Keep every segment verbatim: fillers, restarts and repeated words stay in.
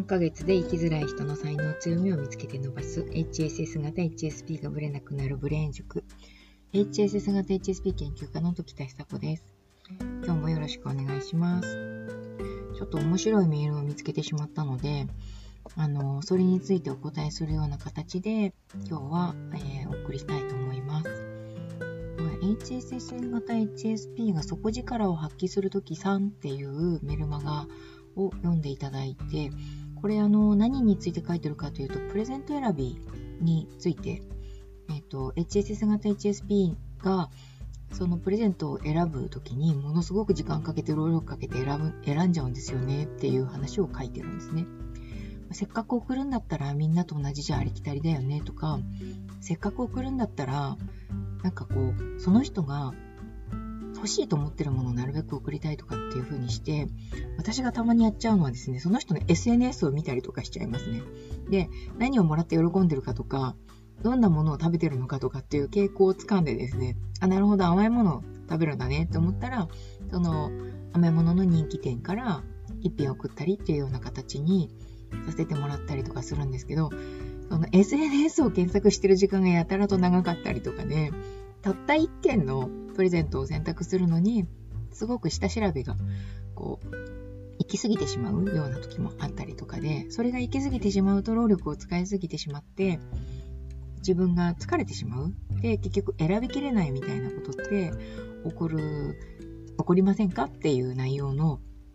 かげつで生きづらい人の才能強みを見つけて伸ばす エイチエスエス 型 エイチエスピー がぶれなくなるブレーン塾 エイチエスエス 型 エイチエスピー 研究家の時田久子です。今日もよろしくお願いします。ちょっと面白いメールを見つけてしまったのであのそれについてお答えするような形で今日は、えー、お送りしたいと思います。エイチエスエス 型 エイチエスピー が底力を発揮するときさんっていうメルマガを読んでいただいて、これあの何について書いてるかというとプレゼント選びについて、えーと、エイチエスエス 型 エイチエスピー がそのプレゼントを選ぶときにものすごく時間かけて労力かけて選ぶ選んじゃうんですよねっていう話を書いてるんですね。せっかく送るんだったらみんなと同じじゃありきたりだよねとか、せっかく送るんだったらなんかこうその人が欲しいと思ってるものをなるべく送りたいとかっていう風にして、私がたまにやっちゃうのはですね、その人の エスエヌエス を見たりとかしちゃいますね。で、何をもらって喜んでるかとか、どんなものを食べてるのかとかっていう傾向をつかんでですね、あ、なるほど甘いものを食べるんだねって思ったら、その甘いものの人気店から一品送ったりっていうような形にさせてもらったりとかするんですけど、その エスエヌエス を検索してる時間がやたらと長かったりとかね、たった一件のプレゼントを選択するのにすごく下調べがこう行き過ぎてしまうような時もあったりとかで、それが行き過ぎてしまうと労力を使いすぎてしまって自分が疲れてしまう。で、結局選びきれないみたいなことって起こる起こりませんかっていう内容の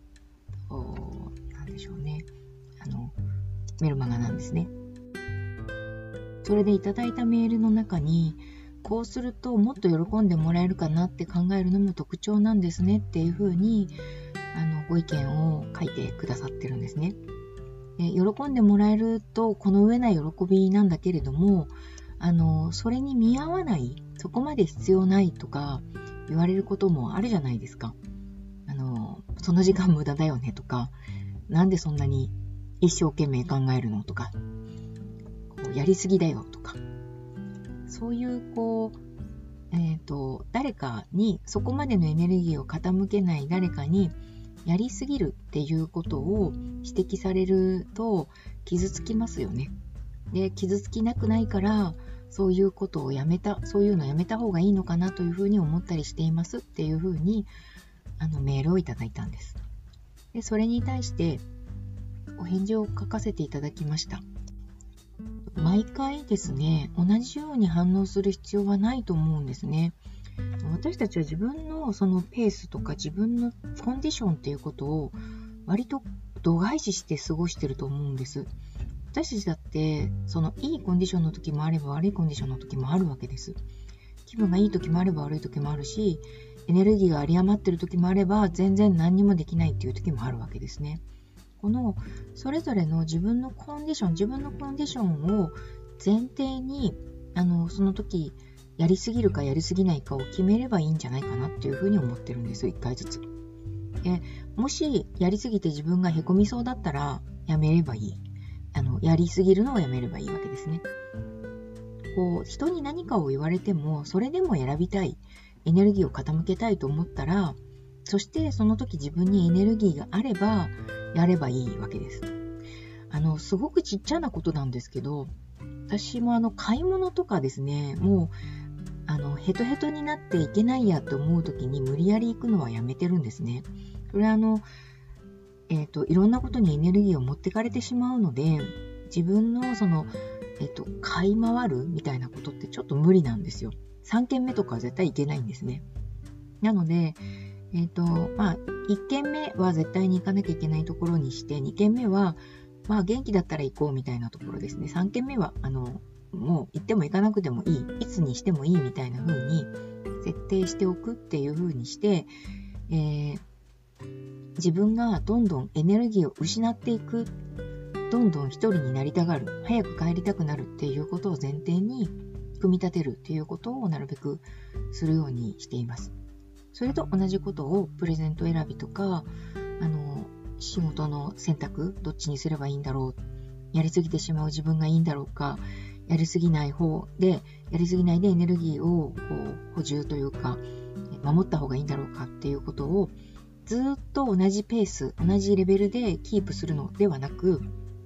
なんでしょうね、あのメルマガなんですね。それでいただいたメールの中に、こうするともっと喜んでもらえるかなって考えるのも特徴なんですねっていうふうにあのご意見を書いてくださってるんですね。で、喜んでもらえるとこの上ない喜びなんだけれども、あのそれに見合わない、そこまで必要ないとか言われることもあるじゃないですか。あのその時間無駄だよねとか、なんでそんなに一生懸命考えるのとか、こうやりすぎだよとか、そういうこう、えーと、誰かにそこまでのエネルギーを傾けない誰かにやりすぎるっていうことを指摘されると傷つきますよね。で、傷つきなくないからそういうことをやめた、そういうのやめた方がいいのかなというふうに思ったりしていますっていうふうにあのメールをいただいたんです。で、それに対してお返事を書かせていただきました。毎回ですね、同じように反応する必要はないと思うんですね。私たちは自分のそのペースとか自分のコンディションっていうことを割と度外視して過ごしてると思うんです。私たちだってそのいいコンディションの時もあれば悪いコンディションの時もあるわけです。気分がいい時もあれば悪い時もあるし、エネルギーが有り余ってる時もあれば全然何にもできないっていう時もあるわけですね。このそれぞれの自分のコンディション、自分のコンディションを前提にあのその時やりすぎるかやりすぎないかを決めればいいんじゃないかなっていうふうに思ってるんです。いっかいずつ。で、もしやりすぎて自分がへこみそうだったらやめればいい。あのやりすぎるのをやめればいいわけですね。こう人に何かを言われてもそれでも選びたい、エネルギーを傾けたいと思ったら、そしてその時自分にエネルギーがあればやればいいわけです。あのすごくちっちゃなことなんですけど、私もあの買い物とかですね、もうあのヘトヘトになっていけないやと思う時に無理やり行くのはやめてるんですね。それはあの、えーと、いろんなことにエネルギーを持ってかれてしまうので、自分のその、えーと、買い回るみたいなことってちょっと無理なんですよ。さんけんめとかは絶対行けないんですね。なのでえーとまあ、いっけんめは絶対に行かなきゃいけないところにして、にけんめは、まあ、元気だったら行こうみたいなところですね。さんけんめはあのもう行っても行かなくてもいい、いつにしてもいいみたいな風に設定しておくっていう風にして、えー、自分がどんどんエネルギーを失っていく、どんどん一人になりたがる、早く帰りたくなるっていうことを前提に組み立てるっていうことをなるべくするようにしています。それと同じことをプレゼント選びとか、あの仕事の選択、どっちにすればいいんだろう、やりすぎてしまう自分がいいんだろうか、やりすぎない方でやりすぎないでエネルギーをこう補充というか守った方がいいんだろうかっていうことをずっと同じペース、同じレベルでキープするのではなく、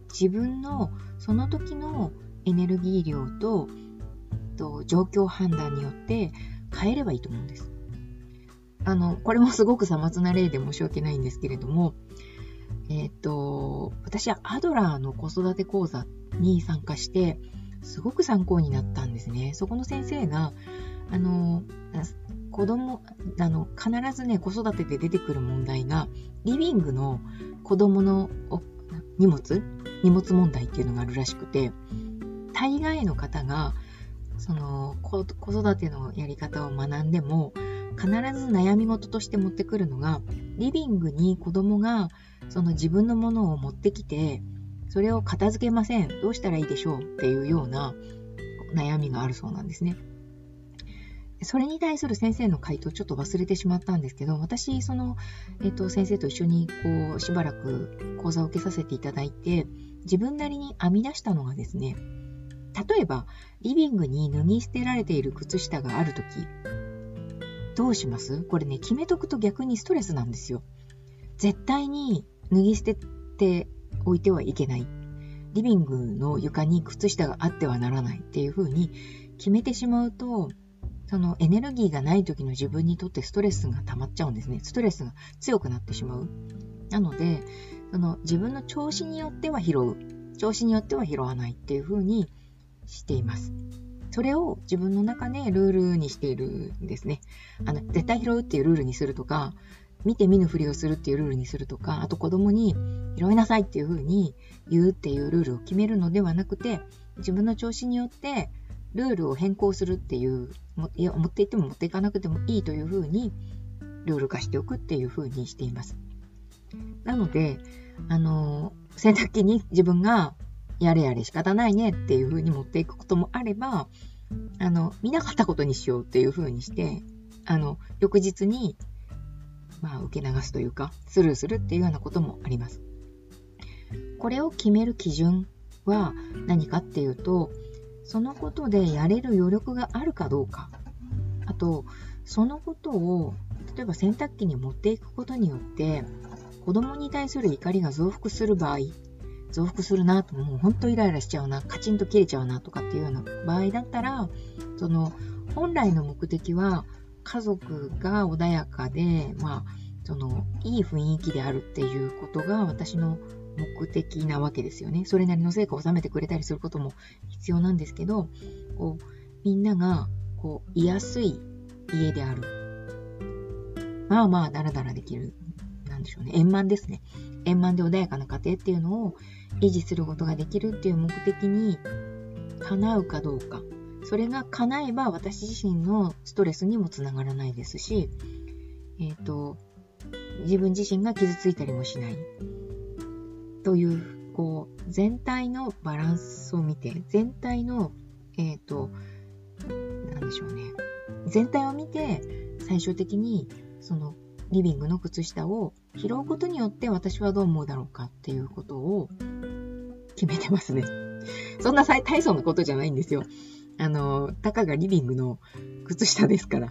自分のその時のエネルギー量と、と状況判断によって変えればいいと思うんです。あの、これもすごくさまつな例で申し訳ないんですけれども、えっと、私はアドラーの子育て講座に参加して、すごく参考になったんですね。そこの先生が、あの、子供、あの、必ずね、子育てで出てくる問題が、リビングの子供の荷物荷物問題っていうのがあるらしくて、大概の方が、その、子育てのやり方を学んでも、必ず悩み事として持ってくるのが、リビングに子供が、その自分のものを持ってきて、それを片付けません。どうしたらいいでしょうっていうような悩みがあるそうなんですね。それに対する先生の回答をちょっと忘れてしまったんですけど、私、その、えっと、先生と一緒に、こう、しばらく講座を受けさせていただいて、自分なりに編み出したのがですね、例えば、リビングに脱ぎ捨てられている靴下があるとき、どうします？これね、決めとくと逆にストレスなんですよ。絶対に脱ぎ捨てておいてはいけない。リビングの床に靴下があってはならないっていう風に決めてしまうと、そのエネルギーがない時の自分にとってストレスが溜まっちゃうんですね。ストレスが強くなってしまう。なので、その自分の調子によっては拾う。調子によっては拾わないっていう風にしています。それを自分の中でルールにしているんですね。あの、絶対拾うっていうルールにするとか、見て見ぬふりをするっていうルールにするとか、あと子供に拾いなさいっていう風に言うっていうルールを決めるのではなくて、自分の調子によってルールを変更するっていう、いや持っていっても持っていかなくてもいいという風にルール化しておくっていう風にしています。なので、あの、洗濯機に自分がやれやれ仕方ないねっていう風に持っていくこともあれば、あの、見なかったことにしようっていう風にして、あの、翌日にまあ、受け流すというか、スルーするっていうようなこともあります。これを決める基準は何かっていうと、そのことでやれる余力があるかどうか。あと、そのことを、例えば洗濯機に持っていくことによって、子供に対する怒りが増幅する場合、増幅するなと、もう本当イライラしちゃうな、カチンと切れちゃうなとかっていうような場合だったら、その、本来の目的は、家族が穏やかで、まあ、その、いい雰囲気であるっていうことが私の目的なわけですよね。それなりの成果を収めてくれたりすることも必要なんですけど、こう、みんなが、こう、居やすい家である。まあまあ、だらだらできる。なんでしょうね。円満ですね。円満で穏やかな家庭っていうのを維持することができるっていう目的に叶うかどうか。それが叶えば私自身のストレスにもつながらないですし、えっと、自分自身が傷ついたりもしない。という、こう、全体のバランスを見て、全体の、えっと、なんでしょうね。全体を見て、最終的に、その、リビングの靴下を拾うことによって私はどう思うだろうかっていうことを決めてますね。そんな大層なことじゃないんですよ。あの、たかがリビングの靴下ですから。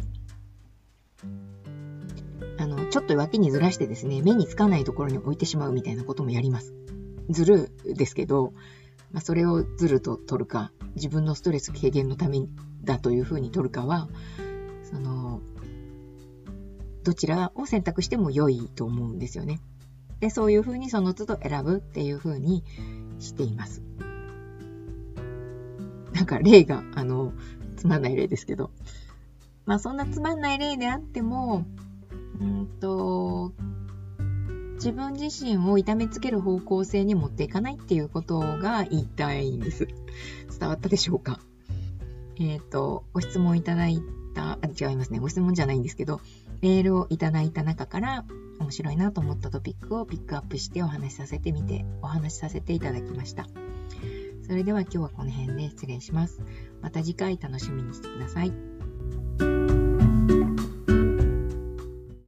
あの、ちょっと脇にずらしてですね、目につかないところに置いてしまうみたいなこともやります。ずるですけど、まあ、それをずると取るか、自分のストレス軽減のためだというふうに取るかは、その、どちらを選択しても良いと思うんですよね。で、そういうふうにその都度選ぶっていうふうにしています。なんか例が、あの、つまんない例ですけど。まあそんなつまんない例であっても、うんと、自分自身を痛めつける方向性に持っていかないっていうことが言いたいんです。伝わったでしょうか？えっと、ご質問いただいた、あ、違いますね。ご質問じゃないんですけど、メールをいただいた中から面白いなと思ったトピックをピックアップしてお話しさせてみて、お話しさせていただきました。それでは今日はこの辺で失礼します。また次回楽しみにしてください。